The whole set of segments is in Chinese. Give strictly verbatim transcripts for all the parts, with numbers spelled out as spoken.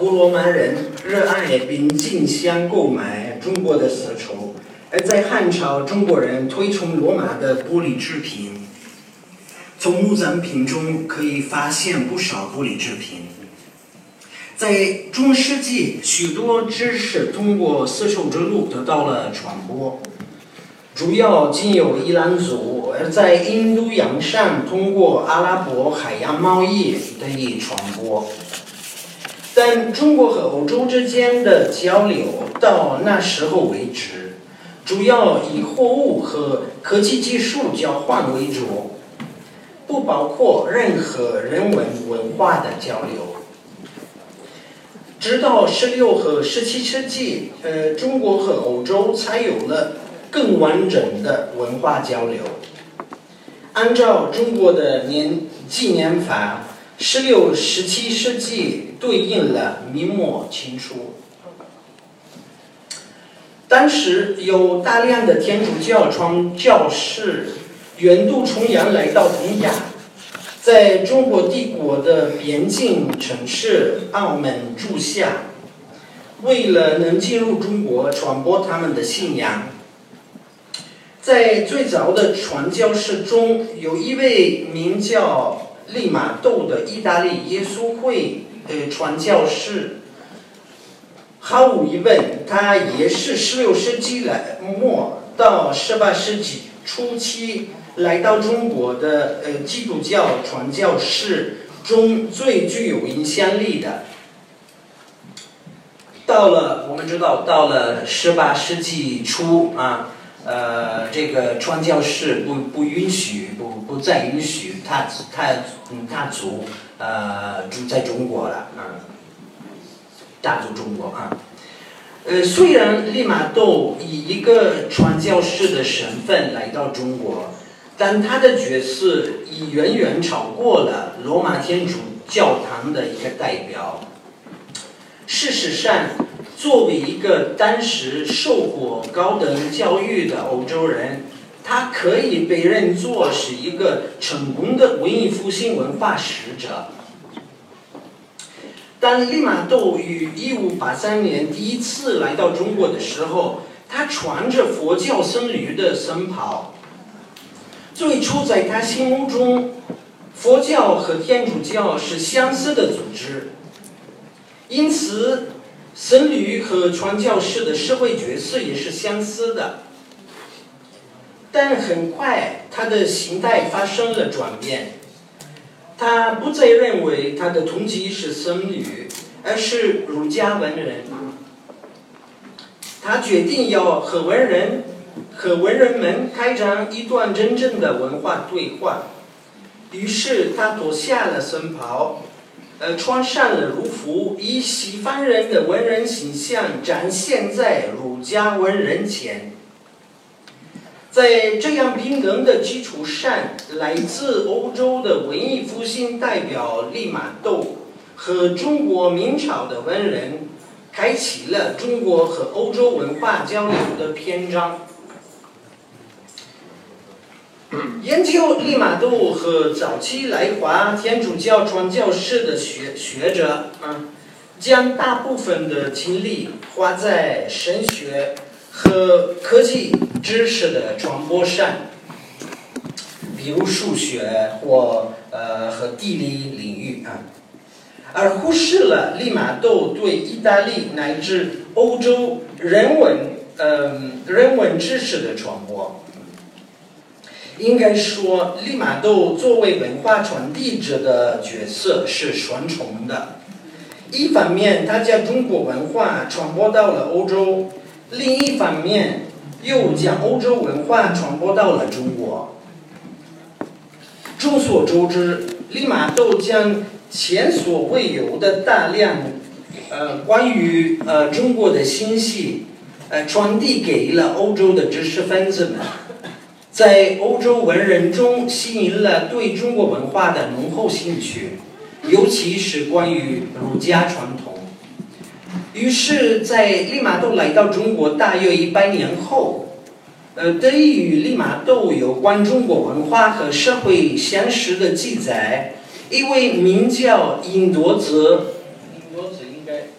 古罗马人热爱并竞相购买中国的丝绸，而在汉朝，中国人推崇罗马的玻璃制品。从木匠品中可以发现不少玻璃制品。在中世纪，许多知识通过丝绸之路得到了传播，主要经由伊朗族，而在印度洋上通过阿拉伯海洋贸易得以传播。但中国和欧洲之间的交流到那时候为止，主要以货物和科技技术交换为主，不包括任何人文文化的交流。直到十六和十七世纪，呃，中国和欧洲才有了更完整的文化交流。按照中国的年纪年法，十六、十七世纪对应了明末清初。当时有大量的天主教传教士远渡重洋来到东亚，在中国帝国的边境城市澳门住下，为了能进入中国传播他们的信仰。在最早的传教士中，有一位名叫利玛窦的意大利耶稣会呃传教士，毫无疑问，他也是十六世纪来末到十八世纪初期来到中国的呃基督教传教士中最具有影响力的。到了我们知道，到了十八世纪初啊，呃，这个传教士不不允许，不不再允许他他嗯他族呃住在中国了啊，大族中国啊。呃，虽然利玛窦以一个传教士的身份来到中国，但他的角色已远远超过了罗马天主教堂的一个代表。事实上，作为一个当时受过高等教育的欧洲人，他可以被认作是一个成功的文艺复兴文化使者。当利玛窦于一五八三年第一次来到中国的时候，他穿着佛教僧侣的僧袍。最初在他心目中，佛教和天主教是相似的组织，因此僧侣和传教士的社会角色也是相似的。但很快，他的心态发生了转变。他不再认为他的同级是僧侣，而是儒家文人。他决定要和文人和文人们开展一段真正的文化对话。于是他脱下了僧袍，呃，穿上了儒服，以西方人的文人形象展现在儒家文人前。在这样平等的基础上，来自欧洲的文艺复兴代表利玛窦和中国明朝的文人，开启了中国和欧洲文化交流的篇章。研究利玛窦和早期来华天主教传教士的学学者啊，将大部分的精力花在神学和科技知识的传播上，比如数学或呃和地理领域啊，而忽视了利玛窦对意大利乃至欧洲人文呃人文知识的传播。应该说，利玛窦作为文化传递者的角色是双重的。一方面，他将中国文化传播到了欧洲；另一方面，又将欧洲文化传播到了中国。众所周知，利玛窦将前所未有的大量呃关于呃中国的信息呃传递给了欧洲的知识分子们。在欧洲文人中吸引了对中国文化的浓厚兴趣，尤其是关于儒家传统。于是，在利玛窦来到中国大约一百年后，呃，得益于利玛窦有关中国文化和社会现实的记载，一位名叫尹铎泽，尹铎泽应该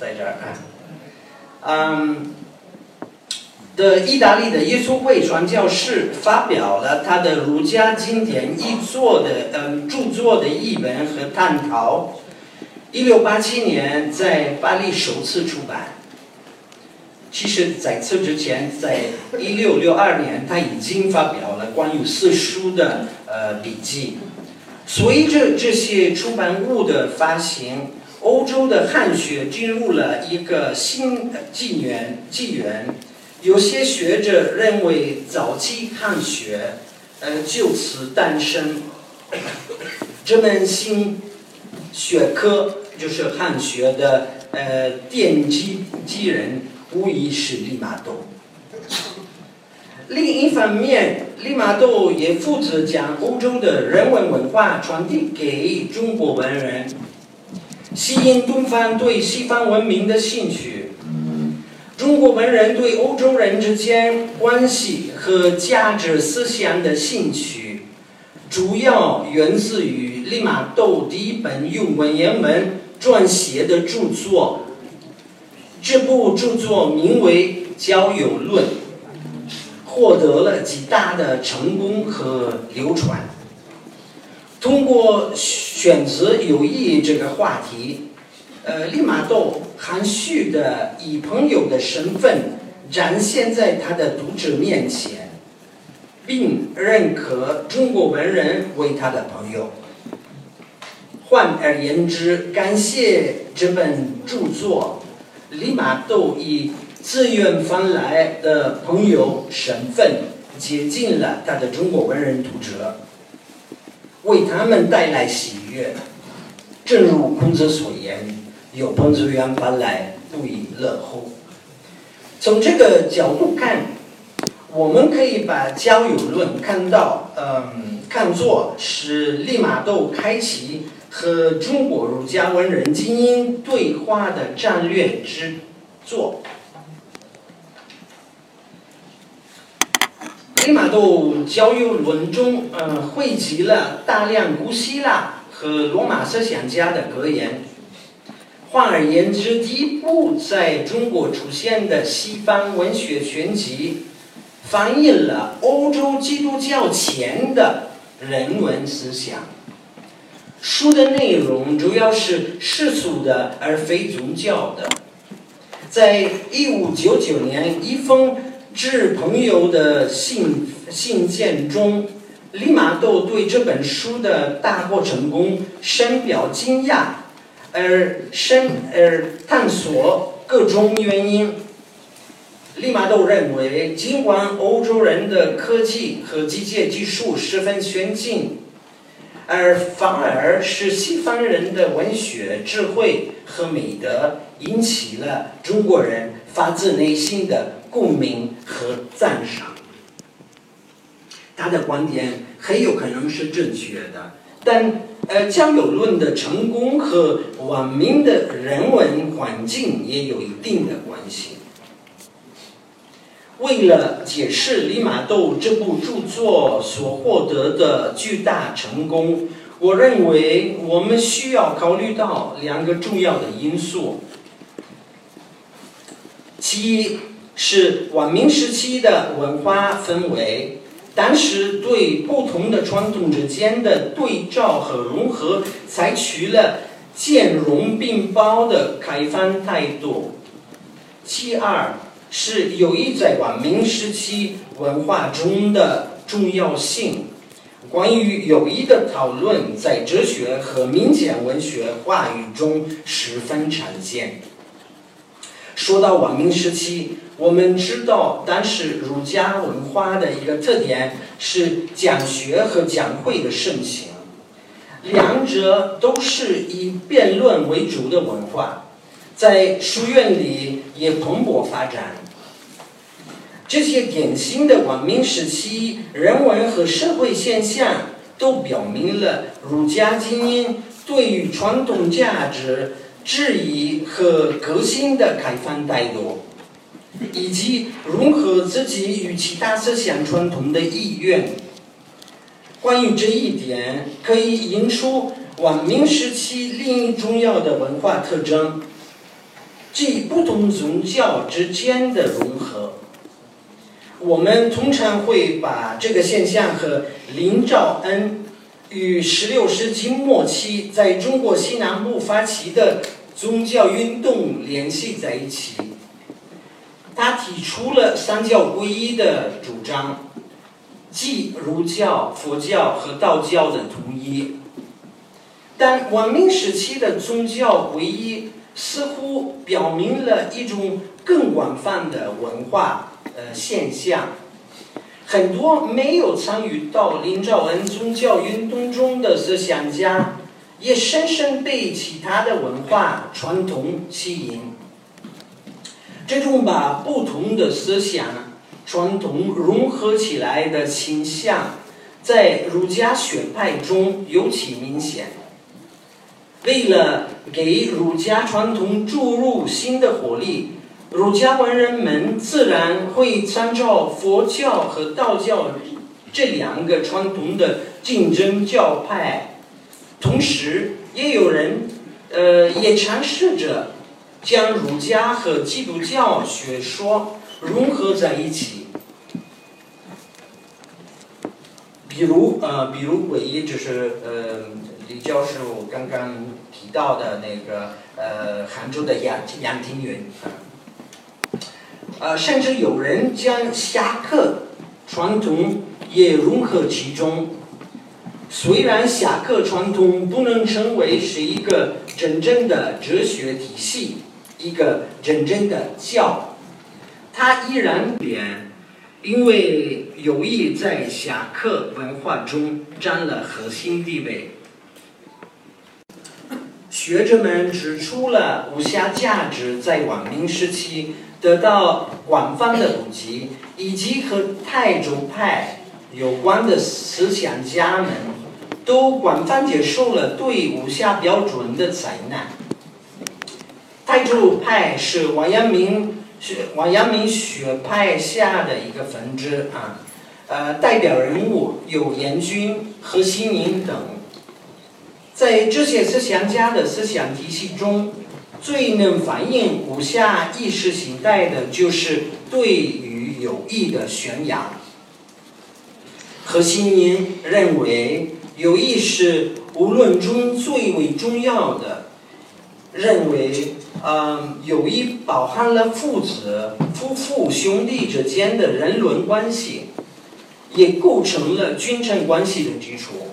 在这儿啊，嗯，的意大利的耶稣会传教士发表了他的儒家经典译作的嗯著作的译文和探讨。一六八七年在巴黎首次出版。其实在此之前，在一六六二年，他已经发表了关于四书的呃笔记。随着这些出版物的发行，欧洲的汉学进入了一个新纪元。纪元，有些学者认为早期汉学，呃就此诞生。这门新学科就是汉学的呃奠基基人。无疑是利玛窦。另一方面，利玛窦也负责将欧洲的人文文化传递给中国文人，吸引东方对西方文明的兴趣。中国文人对欧洲人之间关系和价值思想的兴趣，主要源自于利玛窦第一本用文言文撰写的著作。这部著作名为《交友论》，获得了极大的成功和流传。通过选择友谊这个话题，呃，利玛窦含蓄地以朋友的身份展现在他的读者面前，并认可中国文人为他的朋友。换而言之，感谢这本著作。利玛窦以自远方来的朋友身份接近了他的中国文人读者，为他们带来喜悦。正如孔子所言：“有朋自远方来，不亦乐乎。”从这个角度看，我们可以把交友论看到，嗯，看作是利玛窦开启和中国儒家文人精英对话的战略之作。利玛窦交友论中，呃，汇集了大量古希腊和罗马思想家的格言。换而言之，第一部在中国出现的西方文学全集，反映了欧洲基督教前的人文思想。书的内容主要是世俗的，而非宗教的。在一五九九年一封致朋友的信信件中，利玛窦对这本书的大获成功深表惊讶，而深而探索各种原因。利玛窦认为，尽管欧洲人的科技和机械技术十分先进，而反而是西方人的文学智慧和美德引起了中国人发自内心的共鸣和赞赏。他的观点很有可能是正确的，但呃，交友论的成功和晚明的人文环境也有一定的关系。为了解释利玛窦这部著作所获得的巨大成功，我认为我们需要考虑到两个重要的因素。其一是晚明时期的文化氛围，当时对不同的传统之间的对照和融合，采取了兼容并包的开放态度。其二是友谊在晚明时期文化中的重要性。关于友谊的讨论在哲学和民间文学话语中十分常见。说到晚明时期，我们知道当时儒家文化的一个特点是讲学和讲会的盛行，两者都是以辩论为主的文化，在书院里也蓬勃发展。这些典型的晚明时期人文和社会现象都表明了儒家精英对于传统价值质疑和革新的开放态度，以及融合自己与其他思想传统的意愿。关于这一点，可以引出晚明时期另一重要的文化特征。 即不同宗教之间的融合。我们通常会把这个现象和林兆恩于十六世纪末期在中国西南部发起的宗教运动联系在一起。他提出了三教归一的主张，即儒教、佛教和道教的统一。但晚明时期的宗教归一似乎表明了一种更广泛的文化呃现象。很多没有参与到林兆恩宗教运动中的思想家，也深深被其他的文化传统吸引。这种把不同的思想传统融合起来的倾向，在儒家学派中尤其明显。为了给儒家传统注入新的活力，儒家文人们自然会参照佛教和道教这两个传统的竞争教派，同时也有人呃也尝试着将儒家和基督教学说融合在一起。比如呃比如诡异就是呃李教授刚刚提到的那个呃杭州的杨杨廷云，呃甚至有人将侠客传统也融合其中。虽然侠客传统不能称为是一个真正的哲学体系，一个真正的教，它依然变，因为友谊在侠客文化中占了核心地位。学者们指出了武侠价值在晚明时期得到广泛的普及，以及和泰州派有关的思想家们都广泛接受了对武侠标准的采纳。泰州派是王阳明是王阳明学派下的一个分支啊，呃，代表人物有严君、何西宁等。在这些思想家的思想体系中，最能反映武侠意识形态的就是对于友谊的宣扬。何西宁认为友谊是无论中最为重要的，认为呃，友谊包含了父子、夫妇、兄弟之间的人伦关系，也构成了君臣关系的基础。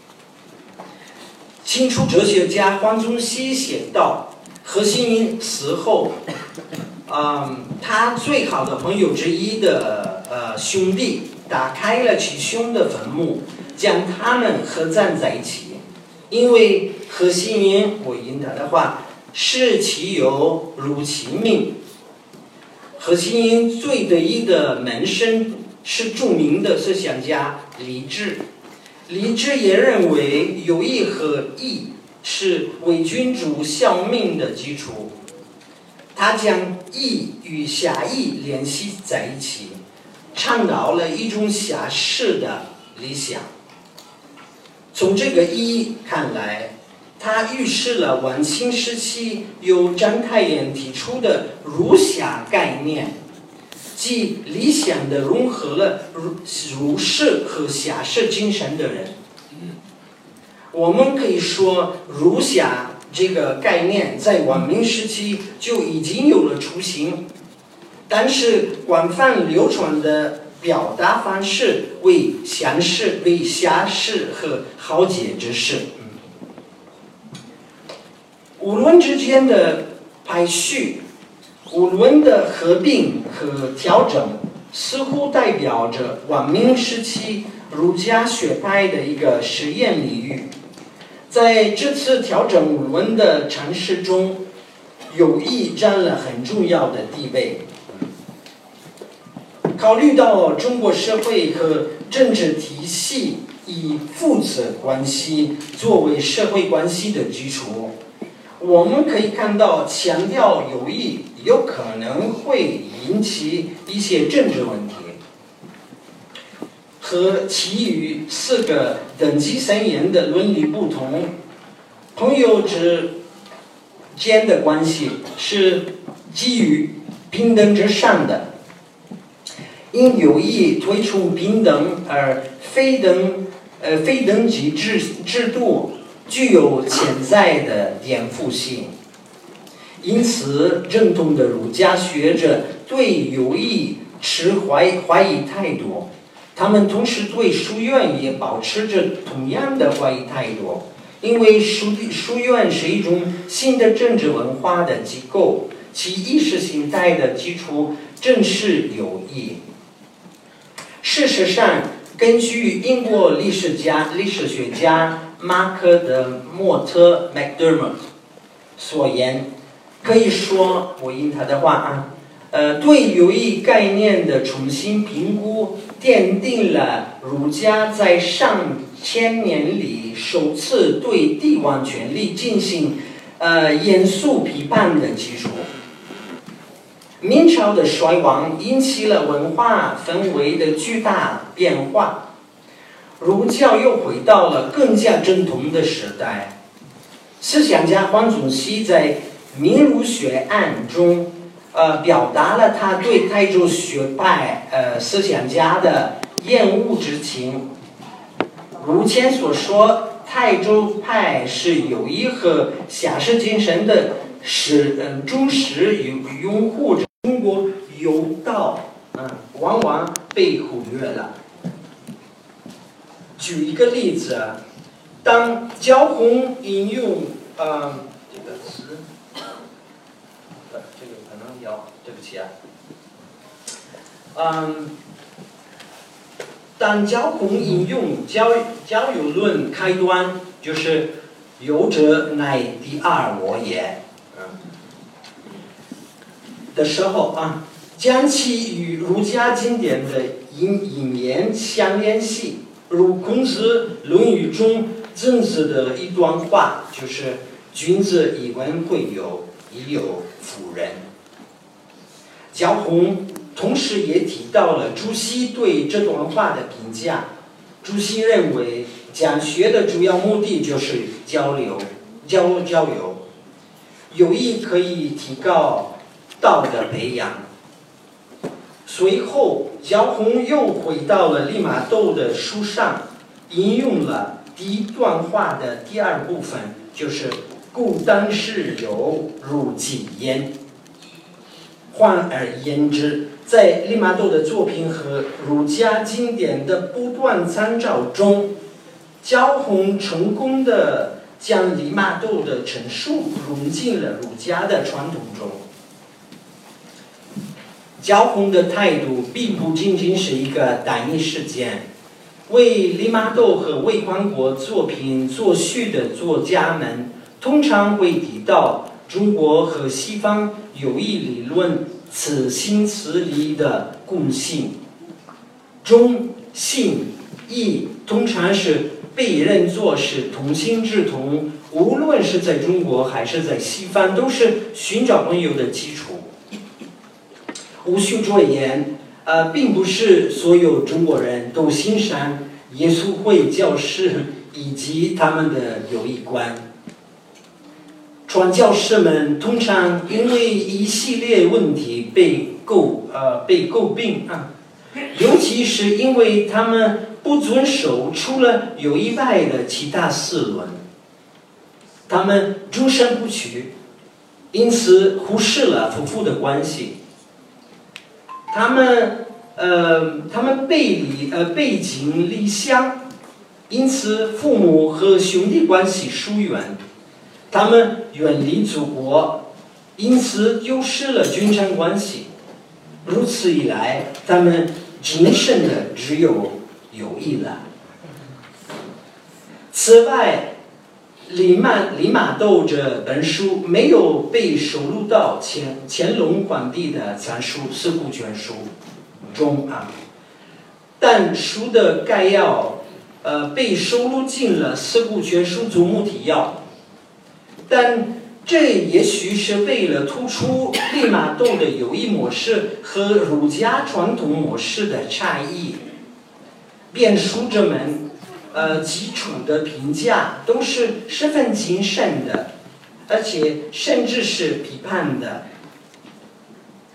清初哲学家黄宗羲写道，何西宁死后，嗯，他最好的朋友之一的呃兄弟打开了其兄的坟墓，将他们合葬在一起。因为何西宁，我引他的话，视其友如其命。何西宁最得意的门生是著名的思想家李治。李治也认为友谊和义是伪君主效命的基础，他将义与侠义联系在一起，倡导了一种侠士的理想。从这个意义看来，它预示了晚清时期由章太炎提出的儒侠概念，即理想的融合了儒士和侠士精神的人。我们可以说，儒侠这个概念在晚明时期就已经有了雏形，但是广泛流传的表达方式为侠士、为侠士和豪杰之士。五伦之间的排序，五伦的合并和调整，似乎代表着晚明时期儒家学派的一个实验领域。在这次调整五伦的尝试中，友谊占了很重要的地位。考虑到中国社会和政治体系以父子关系作为社会关系的基础，我们可以看到，强调友谊有可能会引起一些政治问题。和其余四个等级森严的伦理不同，朋友之间的关系是基于平等之上的。因有意推崇平等而非等呃非等级制制度具有潜在的颠覆性，因此正统的儒家学者对有意持怀怀疑态度，他们同时对书院也保持着同样的怀疑态度，因为书书院是一种新的政治文化的机构，其意识形态的基础正是有意。事实上，根据英国历史家、历史学家马克德莫特 （McDermott） 所言，可以说，我引他的话啊，呃，对有意概念的重新评估，奠定了儒家在上千年里首次对帝王权力进行呃严肃批判的基础。明朝的衰亡引起了文化氛围的巨大变化，儒教又回到了更加正统的时代。思想家黄宗羲在《民儒学案》中，呃，表达了他对泰州学派呃思想家的厌恶之情。如前所说，泰州派是有意和侠士精神的是嗯忠实拥护者。中国有道，嗯，往往被忽略了。举一个例子，当焦弘引用呃这个词，呃，这个可能要对不起啊，嗯，当焦弘引用交交友论开端，就是有者乃第二我也。的时候啊，将其与儒家经典的引引言相联系，如孔子《论语》中曾子的一段话，就是“君子以文会友，以友服人”。焦弘同时也提到了朱熹对这段话的评价。朱熹认为，讲学的主要目的就是交流、交交流，有意可以提高道的培养。随后，焦弘又回到了利玛窦的书上，引用了第一段话的第二部分，就是“故当世有儒己焉”。换而言之，在利玛窦的作品和儒家经典的不断参照中，焦弘成功地将利玛窦的陈述融进了儒家的传统中。焦弘的态度并不仅仅是一个单一事件，为利玛窦和魏匡国作品作序的作家们通常会提到中国和西方有意理论此心此理的共性。中、性、义通常是被认作是同性之同，无论是在中国还是在西方，都是寻找朋友的基础。无需赘言，呃，并不是所有中国人都欣赏耶稣会教士以及他们的友谊观。传教士们通常因为一系列问题被诟呃被诟病啊，尤其是因为他们不遵守除了友谊外的其他四伦，他们终身不娶，因此忽视了夫妇的关系。他们呃，他们背离呃背井离乡，因此父母和兄弟关系疏远。他们远离祖国，因此丢失了君臣关系。如此一来，他们仅剩的只有友谊了。此外，利玛利玛窦这本书没有被收录到乾乾隆皇帝的藏书《四库全书》中啊，但书的概要呃被收录进了《四库全书总目提要》，但这也许是为了突出利玛窦的友谊模式和儒家传统模式的差异。编书者们呃，基础的评价都是十分谨慎的，而且甚至是批判的。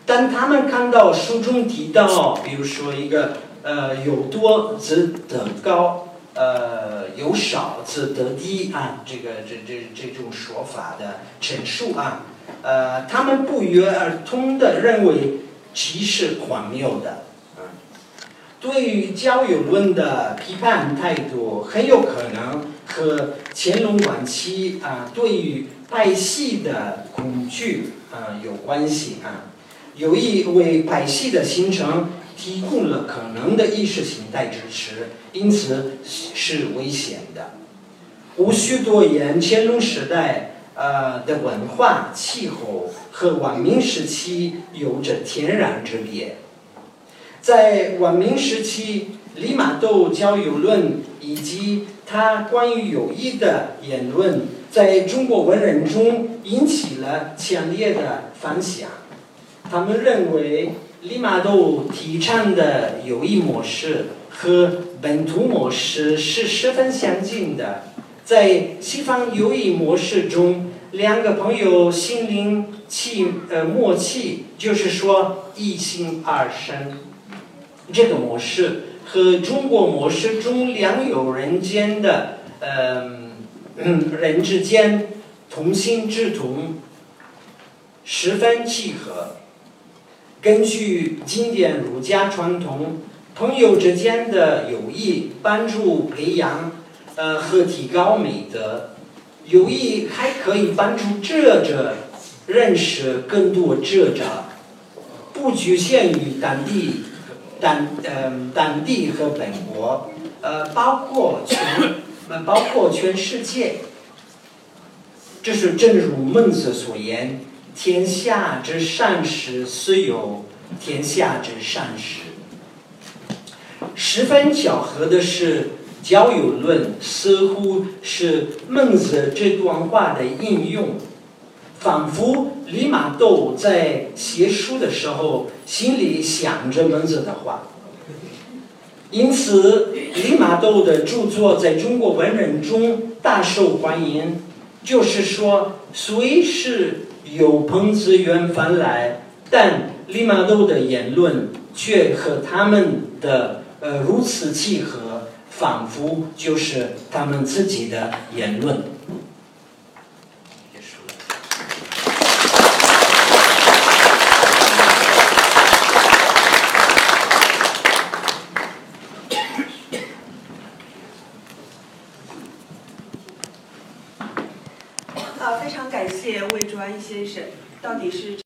当他们看到书中提到，比如说一个呃有多则得高，呃有少则得低啊，这个这这这种说法的陈述啊，呃，他们不约而同的认为其是荒谬的。对于交友论的批判态度，很有可能和乾隆晚期啊对于派系的恐惧啊有关系啊。有意为派系的形成提供了可能的意识形态支持，因此是危险的。无需多言，乾隆时代呃的文化气候和晚明时期有着天壤之别。在晚明时期，利玛窦交友论以及他关于友谊的言论，在中国文人中引起了强烈的反响。他们认为利玛窦提倡的友谊模式和本土模式是十分相近的。在西方友谊模式中，两个朋友心灵契呃默契，就是说一心二生。这个模式和中国模式中两友人间的呃嗯人之间同心之同十分契合。根据经典儒家传统，朋友之间的友谊帮助培养呃和提高美德，友谊还可以帮助智者认识更多智者，不局限于当地。当呃当地和本国，呃包括全呃包括全世界。这是正如孟子所言：“天下之善始，虽有天下之善始。”十分巧合的是，交友论似乎是孟子这段话的应用。仿佛利玛窦在写书的时候心里想着孟子的话，因此利玛窦的著作在中国文人中大受欢迎。就是说，虽是有朋自远方来，但利玛窦的言论却和他们的呃如此契合，仿佛就是他们自己的言论。 呃，非常感谢魏卓安先生，到底是。